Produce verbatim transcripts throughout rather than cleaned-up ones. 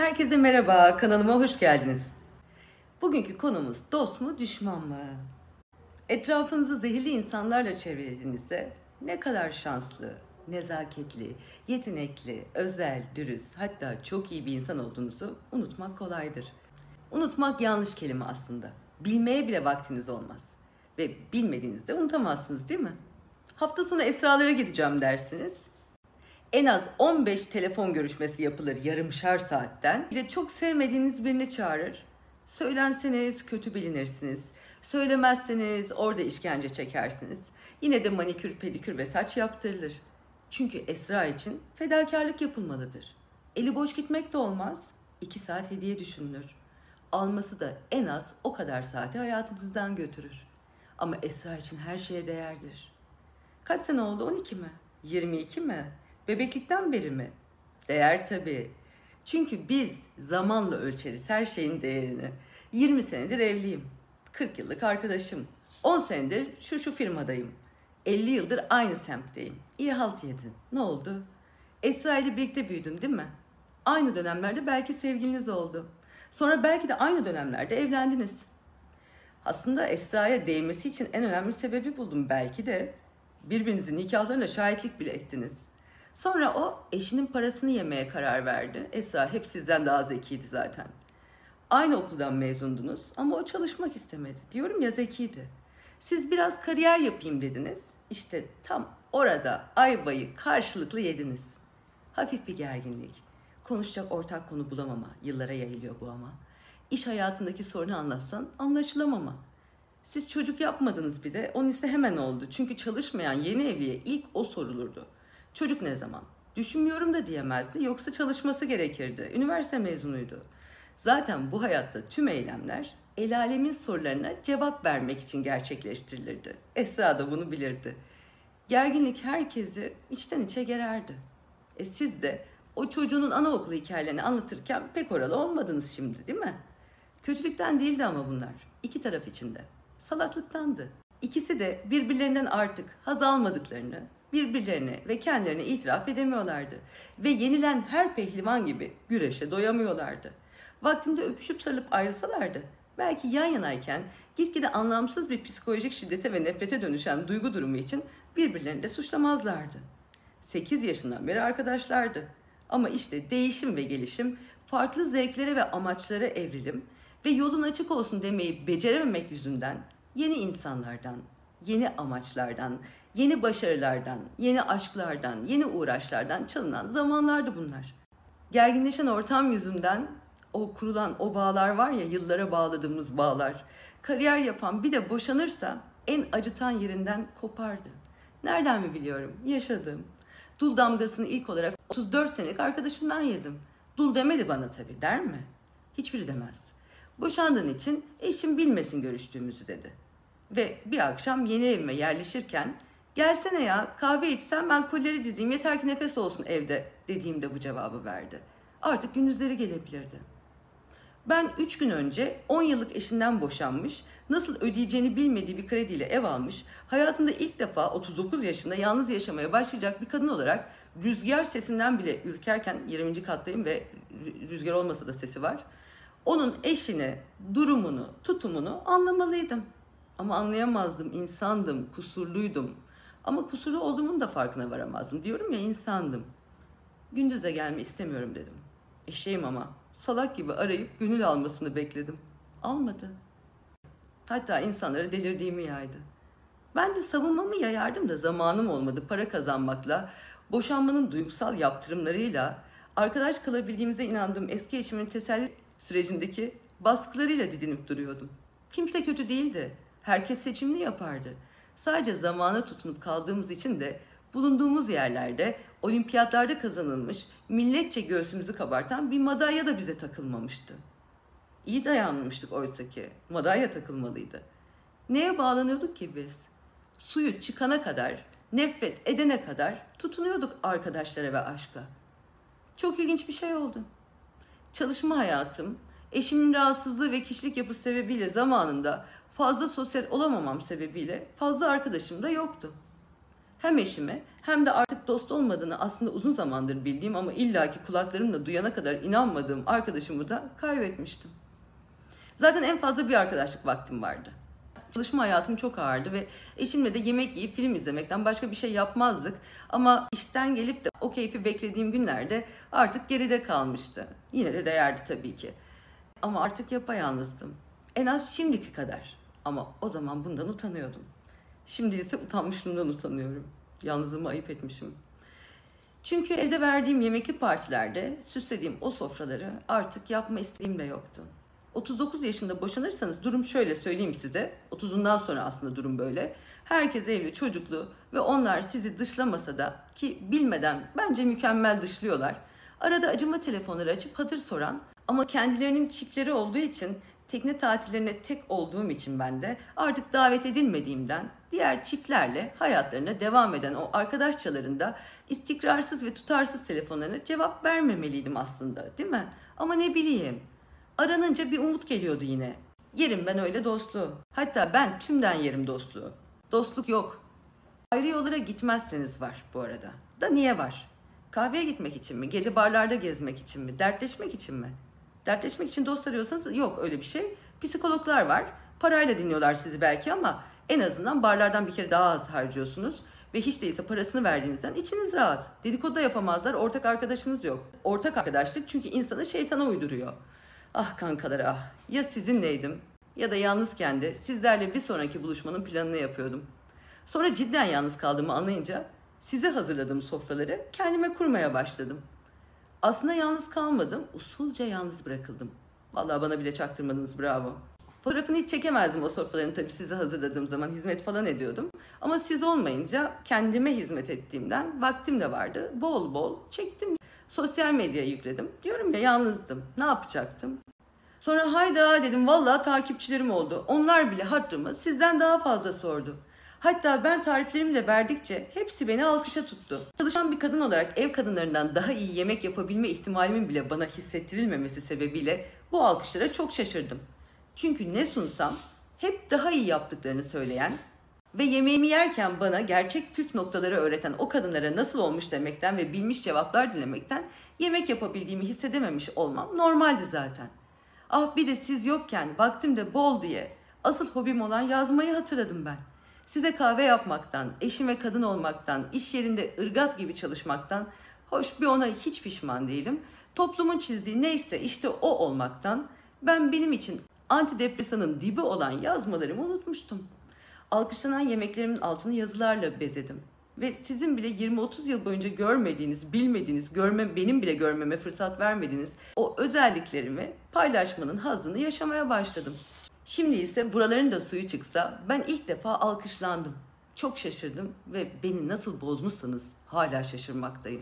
Herkese merhaba, kanalıma hoş geldiniz. Bugünkü konumuz dost mu düşman mı? Etrafınızı zehirli insanlarla çevrelediğinizde ne kadar şanslı, nezaketli, yetenekli, özel, dürüst, hatta çok iyi bir insan olduğunuzu unutmak kolaydır. Unutmak yanlış kelime aslında. Bilmeye bile vaktiniz olmaz. Ve bilmediğinizde unutamazsınız, değil mi? Hafta sonu Esralara gideceğim dersiniz. En az on beş telefon görüşmesi yapılır yarımşar saatten. Bir de çok sevmediğiniz birini çağırır. Söylenseniz kötü bilinirsiniz. Söylemezseniz orada işkence çekersiniz. Yine de manikür, pedikür ve saç yaptırılır. Çünkü Esra için fedakarlık yapılmalıdır. Eli boş gitmek de olmaz. İki saat hediye düşünülür. Alması da en az o kadar saati hayatınızdan götürür. Ama Esra için her şeye değerdir. Kaç sene oldu? on iki mi? yirmi iki mi? Bebeklikten beri mi? Değer tabii. Çünkü biz zamanla ölçeriz her şeyin değerini. yirmi senedir evliyim. kırk yıllık arkadaşım. on senedir şu şu firmadayım. elli yıldır aynı semtteyim. İyi halt yedin. Ne oldu? Esra ile birlikte büyüdün, değil mi? Aynı dönemlerde belki sevgiliniz oldu. Sonra belki de aynı dönemlerde evlendiniz. Aslında Esra'ya değmesi için en önemli sebebi buldum belki de. Birbirinizin nikahlarına şahitlik bile ettiniz. Sonra o eşinin parasını yemeye karar verdi. Esra hep sizden daha zekiydi zaten. Aynı okuldan mezundunuz ama o çalışmak istemedi. Diyorum ya, zekiydi. Siz biraz kariyer yapayım dediniz. İşte tam orada ayvayı karşılıklı yediniz. Hafif bir gerginlik. Konuşacak ortak konu bulamama. Yıllara yayılıyor bu ama. İş hayatındaki sorunu anlatsan anlaşılamama. Siz çocuk yapmadınız bir de. Onun ise hemen oldu. Çünkü çalışmayan yeni evliye ilk o sorulurdu. Çocuk ne zaman? Düşünmüyorum da diyemezdi. Yoksa çalışması gerekirdi. Üniversite mezunuydu. Zaten bu hayatta tüm eylemler el alemin sorularına cevap vermek için gerçekleştirilirdi. Esra da bunu bilirdi. Gerginlik herkesi içten içe gererdi. E siz de o çocuğunun anaokulu hikayelerini anlatırken pek oralı olmadınız şimdi, değil mi? Kötülükten değildi ama bunlar. İki taraf içinde. Salaklıktandı. İkisi de birbirlerinden artık haz almadıklarını, birbirlerine ve kendilerine itiraf edemiyorlardı. Ve yenilen her pehlivan gibi güreşe doyamıyorlardı. Vaktinde öpüşüp sarılıp ayrılsalardı, belki yan yanayken gitgide anlamsız bir psikolojik şiddete ve nefrete dönüşen duygu durumu için birbirlerini de suçlamazlardı. sekiz yaşından beri arkadaşlardı. Ama işte değişim ve gelişim, farklı zevklere ve amaçlara evrilim ve yolun açık olsun demeyi becerememek yüzünden yeni insanlardan, yeni amaçlardan, yeni başarılardan, yeni aşklardan, yeni uğraşlardan çalınan zamanlardı bunlar. Gerginleşen ortam yüzünden o kurulan o bağlar var ya, yıllara bağladığımız bağlar. Kariyer yapan bir de boşanırsa en acıtan yerinden kopardı. Nereden mi biliyorum? Yaşadım. Dul damgasını ilk olarak otuz dört senelik arkadaşımdan yedim. Dul demedi bana tabii, der mi? Hiçbiri demez. Boşandığın için eşim bilmesin görüştüğümüzü dedi. Ve bir akşam yeni evime yerleşirken gelsene ya kahve içsem ben kolleri dizeyim yeter ki nefes olsun evde dediğimde bu cevabı verdi. Artık gündüzleri gelebilirdi. Ben üç gün önce on yıllık eşinden boşanmış, nasıl ödeyeceğini bilmediği bir krediyle ev almış, hayatında ilk defa otuz dokuz yaşında yalnız yaşamaya başlayacak bir kadın olarak rüzgar sesinden bile ürkerken yirminci kattayım ve rüzgar olmasa da sesi var. Onun eşini, durumunu, tutumunu anlamalıydım. Ama anlayamazdım, insandım, kusurluydum. Ama kusurlu olduğumun da farkına varamazdım. Diyorum ya, insandım. Gündüz de gelme istemiyorum dedim. Eşeğim ama salak gibi arayıp gönül almasını bekledim. Almadı. Hatta insanlara delirdiğimi yaydı. Ben de savunmamı yayardım da zamanım olmadı. Para kazanmakla, boşanmanın duygusal yaptırımlarıyla, arkadaş kalabildiğimize inandığım eski eşimin teselli sürecindeki baskılarıyla didinip duruyordum. Kimse kötü değildi. Herkes seçimini yapardı. Sadece zamana tutunup kaldığımız için de bulunduğumuz yerlerde olimpiyatlarda kazanılmış, milletçe göğsümüzü kabartan bir madalya da bize takılmamıştı. İyi dayanmıştık oysa ki. Madalya takılmalıydı. Neye bağlanıyorduk ki biz? Suyu çıkana kadar, nefret edene kadar tutunuyorduk arkadaşlara ve aşka. Çok ilginç bir şey oldu. Çalışma hayatım, eşimin rahatsızlığı ve kişilik yapısı sebebiyle zamanında fazla sosyal olamamam sebebiyle fazla arkadaşım da yoktu. Hem eşime hem de artık dost olmadığını aslında uzun zamandır bildiğim ama illaki kulaklarımla duyana kadar inanmadığım arkadaşımı da kaybetmiştim. Zaten en fazla bir arkadaşlık vaktim vardı. Çalışma hayatım çok ağırdı ve eşimle de yemek yiyip film izlemekten başka bir şey yapmazdık. Ama işten gelip de o keyfi beklediğim günlerde artık geride kalmıştı. Yine de değerdi tabii ki. Ama artık yapayalnızdım. En az şimdiki kadar. Ama o zaman bundan utanıyordum. Şimdi ise utanmışlığımdan utanıyorum. Yalnızlığımı ayıp etmişim. Çünkü evde verdiğim yemekli partilerde süslediğim o sofraları artık yapma isteğim de yoktu. otuz dokuz yaşında boşanırsanız durum şöyle söyleyeyim size. otuzundan sonra aslında durum böyle. Herkes evli, çocuklu ve onlar sizi dışlamasa da ki bilmeden bence mükemmel dışlıyorlar. Arada acıma telefonları açıp hatır soran ama kendilerinin çiftleri olduğu için tekne tatillerine tek olduğum için ben de artık davet edilmediğimden diğer çiftlerle hayatlarına devam eden o arkadaşçalarında istikrarsız ve tutarsız telefonlarına cevap vermemeliydim aslında, değil mi? Ama ne bileyim. Aranınca bir umut geliyordu yine. Yerim ben öyle dostluğu. Hatta ben tümden yerim dostluğu. Dostluk yok. Ayrı yollara gitmezseniz var bu arada. Da niye var? Kahveye gitmek için mi? Gece barlarda gezmek için mi? Dertleşmek için mi? Dertleşmek için dost arıyorsanız yok öyle bir şey. Psikologlar var. Parayla dinliyorlar sizi belki ama en azından barlardan bir kere daha az harcıyorsunuz. Ve hiç değilse parasını verdiğinizden içiniz rahat. Dedikodu da yapamazlar. Ortak arkadaşınız yok. Ortak arkadaşlık çünkü insanı şeytana uyduruyor. Ah kankalar ah. Ya sizinleydim ya da yalnızken de sizlerle bir sonraki buluşmanın planını yapıyordum. Sonra cidden yalnız kaldığımı anlayınca size hazırladığım sofraları kendime kurmaya başladım. Aslında yalnız kalmadım, usulca yalnız bırakıldım. Vallahi bana bile çaktırmadınız, bravo. Fotoğrafını hiç çekemezdim o sofraların tabii size hazırladığım zaman, hizmet falan ediyordum. Ama siz olmayınca kendime hizmet ettiğimden vaktim de vardı. Bol bol çektim. Sosyal medyaya yükledim. Diyorum ya yalnızdım. Ne yapacaktım? Sonra hayda dedim vallahi takipçilerim oldu. Onlar bile hatırımı sizden daha fazla sordu. Hatta ben tariflerimi de verdikçe hepsi beni alkışa tuttu. Çalışan bir kadın olarak ev kadınlarından daha iyi yemek yapabilme ihtimalimin bile bana hissettirilmemesi sebebiyle bu alkışlara çok şaşırdım. Çünkü ne sunsam hep daha iyi yaptıklarını söyleyen ve yemeğimi yerken bana gerçek püf noktaları öğreten o kadınlara nasıl olmuş demekten ve bilmiş cevaplar dilemekten yemek yapabildiğimi hissedememiş olmam normaldi zaten. Ah bir de siz yokken vaktim de bol diye asıl hobim olan yazmayı hatırladım ben. Size kahve yapmaktan, eşime kadın olmaktan, iş yerinde ırgat gibi çalışmaktan, hoş bir ona hiç pişman değilim. Toplumun çizdiği neyse işte o olmaktan, ben benim için antidepresanın dibi olan yazmalarımı unutmuştum. Alkışlanan yemeklerimin altını yazılarla bezedim. Ve sizin bile yirmi otuz yıl boyunca görmediğiniz, bilmediğiniz, görme, benim bile görmeme fırsat vermediğiniz o özelliklerimi paylaşmanın hazzını yaşamaya başladım. Şimdi ise buraların da suyu çıksa ben ilk defa alkışlandım. Çok şaşırdım ve beni nasıl bozmuşsanız hala şaşırmaktayım.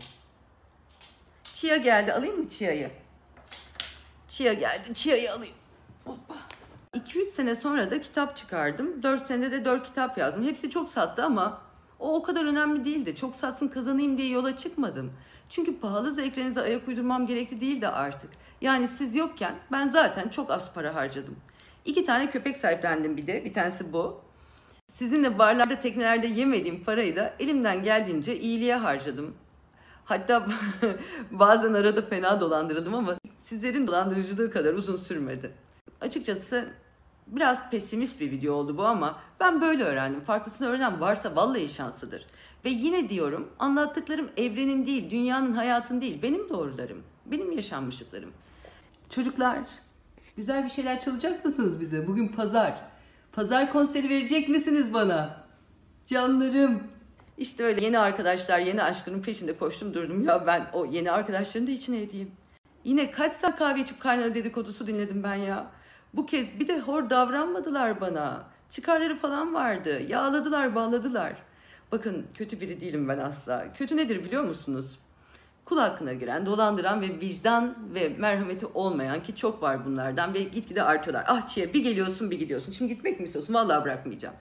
Chia geldi, alayım mı Chia'yı? Chia geldi, Chia'yı alayım. Hoppa. iki üç sene sonra da kitap çıkardım. dört senede de dört kitap yazdım. Hepsi çok sattı ama o o kadar önemli değildi. Çok satsın kazanayım diye yola çıkmadım. Çünkü pahalı zevklerinize ayak uydurmam gerekli değildi artık. Yani siz yokken ben zaten çok az para harcadım. İki tane köpek sahiplendim bir de. Bir tanesi bu. Sizinle barlarda, teknelerde yemediğim parayı da elimden geldiğince iyiliğe harcadım. Hatta bazen arada fena dolandırıldım ama sizlerin dolandırıcılığı kadar uzun sürmedi. Açıkçası biraz pesimist bir video oldu bu ama ben böyle öğrendim. Farklısını öğrenen varsa vallahi şanslıdır. Ve yine diyorum, anlattıklarım evrenin değil, dünyanın, hayatın değil, benim doğrularım, benim yaşanmışlıklarım. Çocuklar, güzel bir şeyler çalacak mısınız bize? Bugün pazar. Pazar konseri verecek misiniz bana? Canlarım. İşte öyle yeni arkadaşlar, yeni aşkının peşinde koştum durdum. Ya ben o yeni arkadaşların da içine edeyim. Yine kaç saat kahve içip kaynağı dedikodusu dinledim ben ya. Bu kez bir de hor davranmadılar bana. Çıkarları falan vardı. Yağladılar, bağladılar. Bakın kötü biri değilim ben asla. Kötü nedir biliyor musunuz? Kul hakkına giren, dolandıran ve vicdan ve merhameti olmayan, ki çok var bunlardan ve gitgide artıyorlar. Ah Çiğe bir geliyorsun bir gidiyorsun. Şimdi gitmek mi istiyorsun? Vallahi bırakmayacağım.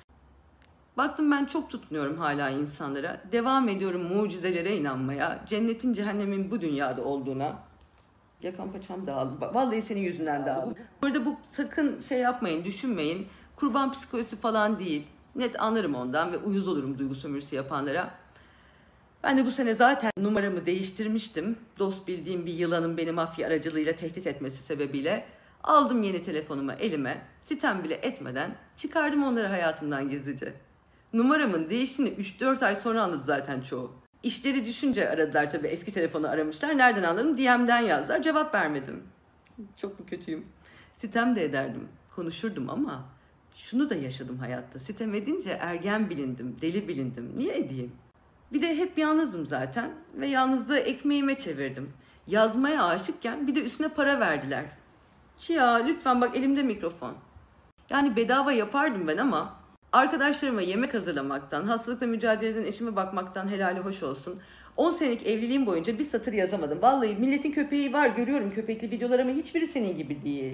Baktım ben çok tutunuyorum hala insanlara. Devam ediyorum mucizelere inanmaya. Cennetin cehennemin bu dünyada olduğuna. Yakan paçam dağıldı. Vallahi senin yüzünden dağıldı. Burada bu sakın şey yapmayın, düşünmeyin. Kurban psikolojisi falan değil. Net anlarım ondan ve uyuz olurum duygu sömürüsü yapanlara. Ben de bu sene zaten numaramı değiştirmiştim. Dost bildiğim bir yılanın beni mafya aracılığıyla tehdit etmesi sebebiyle aldım yeni telefonumu elime, sitem bile etmeden çıkardım onları hayatımdan gizlice. Numaramın değiştiğini üç dört ay sonra anladı zaten çoğu. İşleri düşünce aradılar tabii, eski telefonu aramışlar. Nereden anladım? D M'den yazdılar, cevap vermedim. Çok mu kötüyüm? Sitem de ederdim, konuşurdum ama şunu da yaşadım hayatta. Sitem edince ergen bilindim, deli bilindim. Niye edeyim? Bir de hep yalnızdım zaten ve yalnızlığı ekmeğime çevirdim. Yazmaya aşıkken bir de üstüne para verdiler. Çiya lütfen bak, elimde mikrofon. Yani bedava yapardım ben ama arkadaşlarıma yemek hazırlamaktan, hastalıkla mücadele eden eşime bakmaktan helali hoş olsun. on senelik evliliğim boyunca bir satır yazamadım. Vallahi milletin köpeği var, görüyorum köpekli videolar ama hiçbiri senin gibi değil.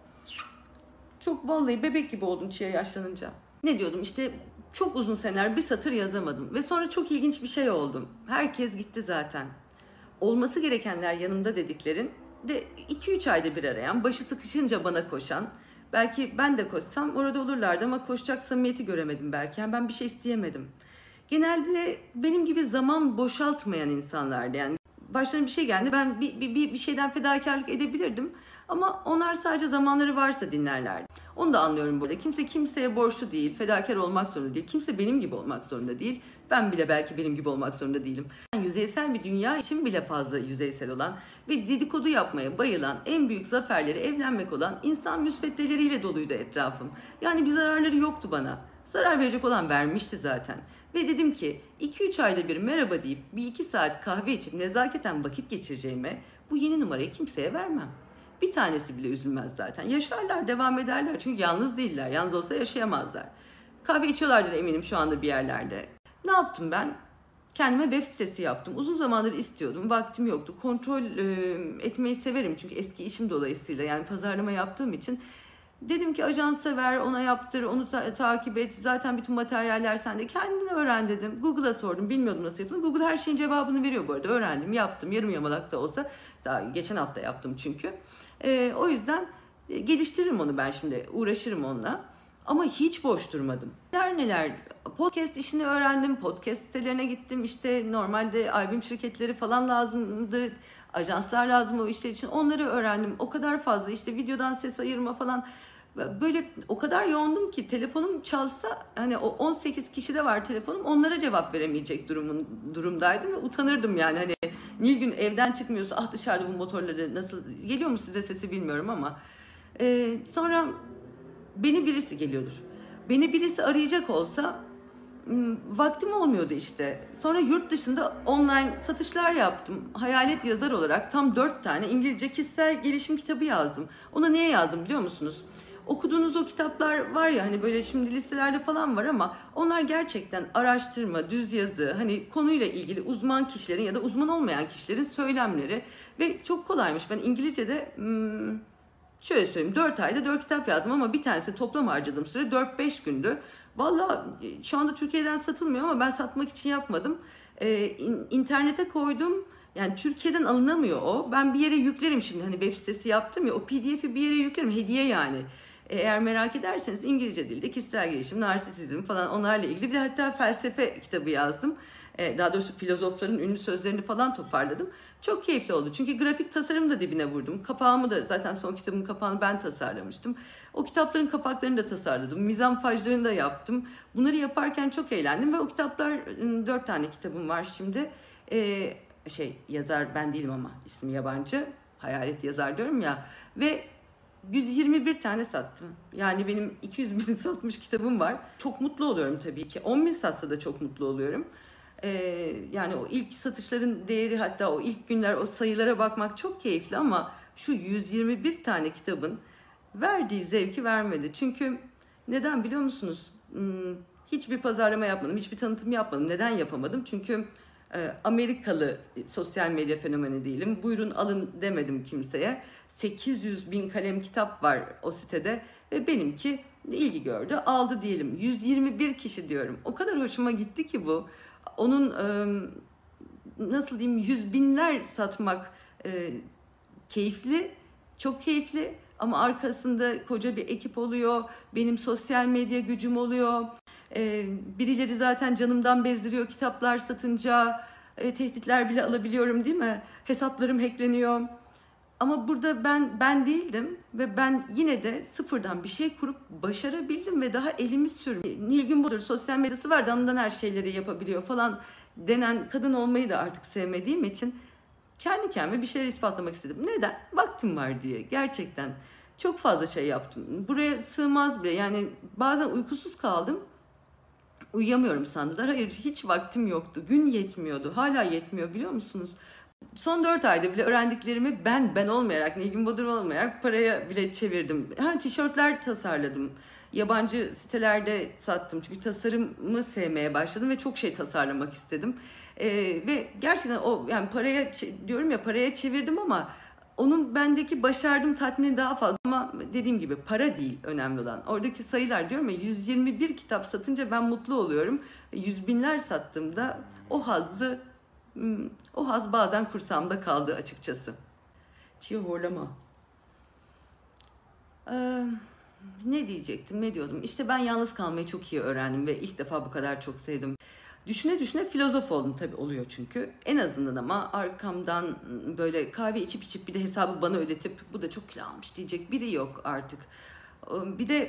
Çok vallahi bebek gibi oldum Çiya yaşlanınca. Ne diyordum işte, çok uzun seneler bir satır yazamadım. Ve sonra çok ilginç bir şey oldum. Herkes gitti zaten. Olması gerekenler yanımda dediklerin de iki üç ayda bir arayan, başı sıkışınca bana koşan, belki ben de koşsam orada olurlardı ama koşacak samimiyeti göremedim belki. Yani ben bir şey isteyemedim. Genelde benim gibi zaman boşaltmayan insanlardı. Yani başlarına bir şey geldi, ben bir, bir, bir şeyden fedakarlık edebilirdim. Ama onlar sadece zamanları varsa dinlerlerdi. Onu da anlıyorum burada. Kimse kimseye borçlu değil, fedakar olmak zorunda değil. Kimse benim gibi olmak zorunda değil. Ben bile belki benim gibi olmak zorunda değilim. Yüzeysel bir dünya için bile fazla yüzeysel olan ve dedikodu yapmaya bayılan, en büyük zaferleri evlenmek olan insan müsveddeleriyle doluydu etrafım. Yani bir zararları yoktu bana. Zarar verecek olan vermişti zaten. Ve dedim ki iki üç ayda bir merhaba deyip bir iki saat kahve içip nezaketen vakit geçireceğime bu yeni numarayı kimseye vermem. Bir tanesi bile üzülmez zaten. Yaşarlar, devam ederler. Çünkü yalnız değiller. Yalnız olsa yaşayamazlar. Kahve içiyorlardır eminim şu anda bir yerlerde. Ne yaptım ben? Kendime web sitesi yaptım. Uzun zamandır istiyordum. Vaktim yoktu. Kontrol e, etmeyi severim. Çünkü eski işim dolayısıyla, yani pazarlama yaptığım için. Dedim ki ajansa ver, ona yaptır, onu ta- takip et. Zaten bütün materyaller sende. Kendini öğren dedim. Google'a sordum. Bilmiyordum nasıl yapılır. Google her şeyin cevabını veriyor bu arada. Öğrendim, yaptım. Yarım yamalak da olsa. Daha geçen hafta yaptım çünkü. Ee, o yüzden e, geliştiririm onu ben şimdi. Uğraşırım onunla. Ama hiç boş durmadım. Neler neler. Podcast işini öğrendim. Podcast sitelerine gittim. İşte normalde albüm şirketleri falan lazımdı. Ajanslar lazım o işler için. Onları öğrendim. O kadar fazla işte videodan ses ayırma falan. Böyle o kadar yoğundum ki telefonum çalsa, hani o on sekiz kişide var telefonum, onlara cevap veremeyecek durumun durumdaydım ve utanırdım yani. Hani Nilgün evden çıkmıyorsa, ah dışarıda bu motorları nasıl geliyor mu size sesi bilmiyorum ama ee, sonra beni birisi geliyordur. Beni birisi arayacak olsa vaktim olmuyordu işte. Sonra yurt dışında online satışlar yaptım. Hayalet yazar olarak tam dört tane İngilizce kişisel gelişim kitabı yazdım. Ona niye yazdım biliyor musunuz? Okuduğunuz o kitaplar var ya, hani böyle şimdi listelerde falan var ama onlar gerçekten araştırma, düz yazı, hani konuyla ilgili uzman kişilerin ya da uzman olmayan kişilerin söylemleri ve çok kolaymış. Ben İngilizce'de hmm, şöyle söyleyeyim, dört ayda dört kitap yazdım ama bir tanesi toplam harcadığım süre dört beş gündü. Valla şu anda Türkiye'den satılmıyor ama ben satmak için yapmadım. Ee, in, internete koydum. Yani Türkiye'den alınamıyor o. Ben bir yere yüklerim şimdi. Hani web sitesi yaptım ya, o P D F'i bir yere yüklerim. Hediye yani. Eğer merak ederseniz İngilizce dilde kişisel gelişim, narsisizm falan, onlarla ilgili bir de hatta felsefe kitabı yazdım. Ee, daha doğrusu filozofların ünlü sözlerini falan toparladım. Çok keyifli oldu. Çünkü grafik tasarımı da dibine vurdum. Kapağımı da, zaten son kitabımın kapağını ben tasarlamıştım. O kitapların kapaklarını da tasarladım. Mizanpajlarını da yaptım. Bunları yaparken çok eğlendim ve o kitaplar, dört tane kitabım var şimdi. Ee, şey yazar ben değilim ama ismi yabancı. Hayalet yazar diyorum ya. Ve yüz yirmi bir tane sattım. Yani benim iki yüz bin satmış kitabım var. Çok mutlu oluyorum tabii ki. on bin satsa da çok mutlu oluyorum. Ee, yani o ilk satışların değeri, hatta o ilk günler, o sayılara bakmak çok keyifli ama şu yüz yirmi bir tane kitabın verdiği zevki vermedi. Çünkü neden biliyor musunuz? Hmm, hiçbir pazarlama yapmadım, hiçbir tanıtım yapmadım. Neden yapamadım? Çünkü e, Amerikalı sosyal medya fenomeni değilim. Buyurun alın demedim kimseye. sekiz yüz bin kalem kitap var o sitede ve benimki ilgi gördü, aldı diyelim. yüz yirmi bir kişi diyorum. O kadar hoşuma gitti ki bu. Onun e, nasıl diyeyim, yüz binler satmak e, keyifli, çok keyifli ama arkasında koca bir ekip oluyor. Benim sosyal medya gücüm oluyor. Ee, birileri zaten canımdan bezdiriyor kitaplar satınca, e, tehditler bile alabiliyorum değil mi? Hesaplarım hackleniyor. Ama burada ben ben değildim ve ben yine de sıfırdan bir şey kurup başarabildim ve daha elimi sürmedim. Nilgün budur, sosyal medyası var da ondan her şeyleri yapabiliyor falan denen kadın olmayı da artık sevmediğim için kendi kendime bir şeyler ispatlamak istedim. Neden? Vaktim var diye. Gerçekten çok fazla şey yaptım. Buraya sığmaz bile. Yani bazen uykusuz kaldım. Uyuyamıyorum sandılar. Hayır, hiç vaktim yoktu. Gün yetmiyordu. Hala yetmiyor, biliyor musunuz? Son dört ayda bile öğrendiklerimi ben ben olmayarak, Nilgün Bodur olmayarak paraya bile çevirdim. Ha, tişörtler tasarladım. Yabancı sitelerde sattım. Çünkü tasarımı sevmeye başladım ve çok şey tasarlamak istedim. Ee, ve gerçekten o, yani paraya diyorum ya, paraya çevirdim ama onun bendeki başardım tatmini daha fazla. Ama dediğim gibi para değil önemli olan. Oradaki sayılar, diyorum ya, yüz yirmi bir kitap satınca ben mutlu oluyorum. Yüz binler sattığımda o hazzı o haz bazen kursağımda kaldı açıkçası. Çiğ horlama. Ee, ne diyecektim, ne diyordum? İşte ben yalnız kalmayı çok iyi öğrendim ve ilk defa bu kadar çok sevdim. Düşüne düşüne filozof oldum, tabii oluyor çünkü. En azından ama arkamdan böyle kahve içip içip bir de hesabı bana ödetip bu da çok kilo almış diyecek biri yok artık. Bir de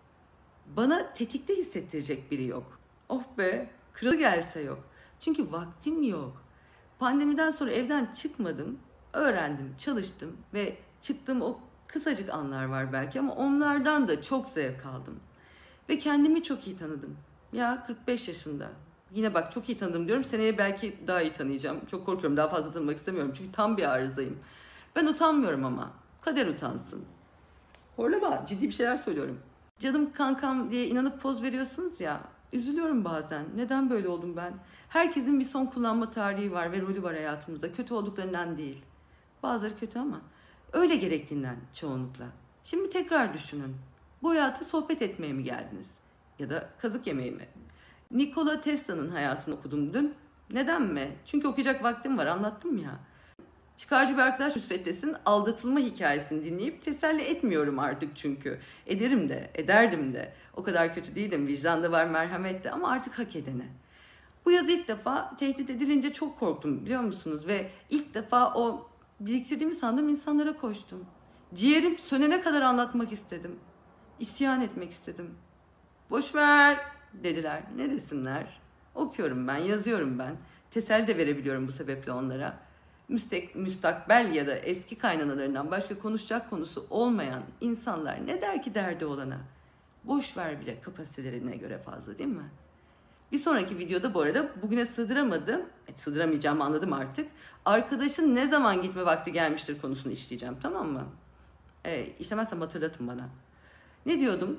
bana tetikte hissettirecek biri yok. Oh be, kralı gelse yok. Çünkü vaktim yok. Pandemiden sonra evden çıkmadım, öğrendim, çalıştım ve çıktığım o kısacık anlar var belki ama onlardan da çok zevk aldım. Ve kendimi çok iyi tanıdım. Ya kırk beş yaşında. Yine bak, çok iyi tanıdım diyorum. Seneye belki daha iyi tanıyacağım. Çok korkuyorum, daha fazla tanımak istemiyorum. Çünkü tam bir arızayım. Ben utanmıyorum ama. Kader utansın. Horlama, ciddi bir şeyler söylüyorum. Canım kankam diye inanıp poz veriyorsunuz ya. Üzülüyorum bazen. Neden böyle oldum ben? Herkesin bir son kullanma tarihi var ve rolü var hayatımızda. Kötü olduklarından değil. Bazıları kötü ama öyle gerektiğinden çoğunlukla. Şimdi tekrar düşünün. Bu hayata sohbet etmeye mi geldiniz? Ya da kazık yemeye mi? Nikola Tesla'nın hayatını okudum dün. Neden mi? Çünkü okuyacak vaktim var, anlattım ya. Çıkarcı bir arkadaş müsveddesinin aldatılma hikayesini dinleyip teselli etmiyorum artık çünkü. Ederim de, ederdim de. O kadar kötü değilim, vicdanda var, merhamet de, ama artık hak edene. Bu yaz ilk defa tehdit edilince çok korktum, biliyor musunuz? Ve ilk defa o biriktirdiğimi sandığım insanlara koştum. Ciğerim sönene kadar anlatmak istedim. İsyan etmek istedim. Boş ver dediler. Ne desinler? Okuyorum ben, yazıyorum ben. Teselli de verebiliyorum bu sebeple onlara. Müstek, müstakbel ya da eski kaynanalarından başka konuşacak konusu olmayan insanlar ne der ki derdi olana? Boş ver bile kapasitelerine göre fazla, değil mi? Bir sonraki videoda bu arada bugüne sığdıramadım, e, sığdıramayacağımı anladım artık. Arkadaşın ne zaman gitme vakti gelmiştir konusunu işleyeceğim, tamam mı? E, işlemezsem hatırlatın bana. Ne diyordum?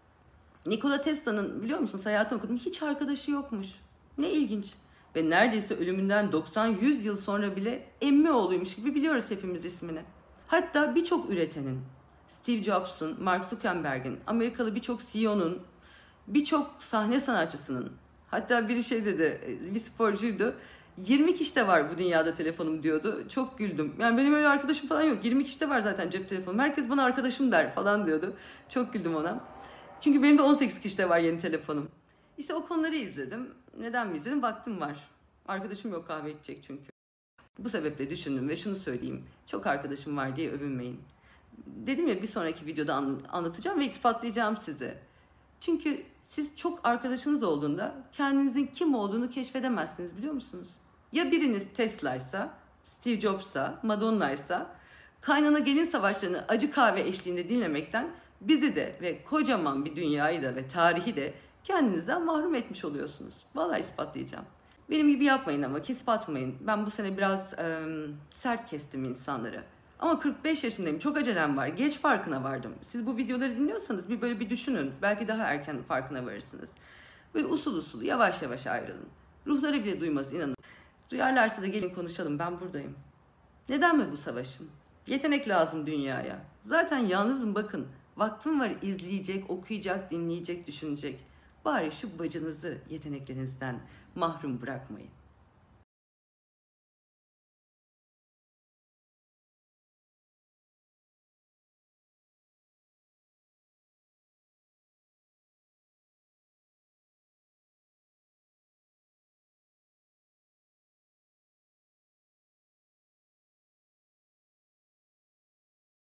Nikola Tesla'nın, biliyor musunuz, hayatını okudum, hiç arkadaşı yokmuş. Ne ilginç. Ve neredeyse ölümünden doksan yüz yıl sonra bile emmi oğluymuş gibi biliyoruz hepimiz ismini. Hatta birçok üretenin, Steve Jobs'un, Mark Zuckerberg'in, Amerikalı birçok C E O'nun, birçok sahne sanatçısının, hatta biri şey dedi, bir sporcuydu, yirmi kişide var bu dünyada telefonum diyordu. Çok güldüm. Yani benim öyle arkadaşım falan yok. yirmi kişide var zaten cep telefonum. Herkes bana arkadaşım der falan diyordu. Çok güldüm ona. Çünkü benim de on sekiz kişide var yeni telefonum. İşte o konuları izledim. Neden mi izledim? Vaktim var. Arkadaşım yok kahve içecek çünkü. Bu sebeple düşündüm ve şunu söyleyeyim. Çok arkadaşım var diye övünmeyin. Dedim ya, bir sonraki videoda anlatacağım ve ispatlayacağım size. Çünkü siz çok arkadaşınız olduğunda kendinizin kim olduğunu keşfedemezsiniz, biliyor musunuz? Ya biriniz Tesla'ysa, Steve Jobs'sa, Madonna'ysa, kaynana gelin savaşlarını acı kahve eşliğinde dinlemekten bizi de ve kocaman bir dünyayı da ve tarihi de kendinizden mahrum etmiş oluyorsunuz. Vallahi ispatlayacağım. Benim gibi yapmayın ama, kesip atmayın. Ben bu sene biraz e, sert kestim insanları. Ama kırk beş yaşındayım. Çok acelem var. Geç farkına vardım. Siz bu videoları dinliyorsanız bir böyle bir düşünün. Belki daha erken farkına varırsınız. Böyle usul usul, yavaş yavaş ayrılın. Ruhları bile duymaz, inanın. Duyarlarsa da gelin konuşalım. Ben buradayım. Neden mi bu savaşım? Yetenek lazım dünyaya. Zaten yalnızım, bakın. Vaktim var izleyecek, okuyacak, dinleyecek, düşünecek. Bari şu bacınızı yeteneklerinizden mahrum bırakmayın.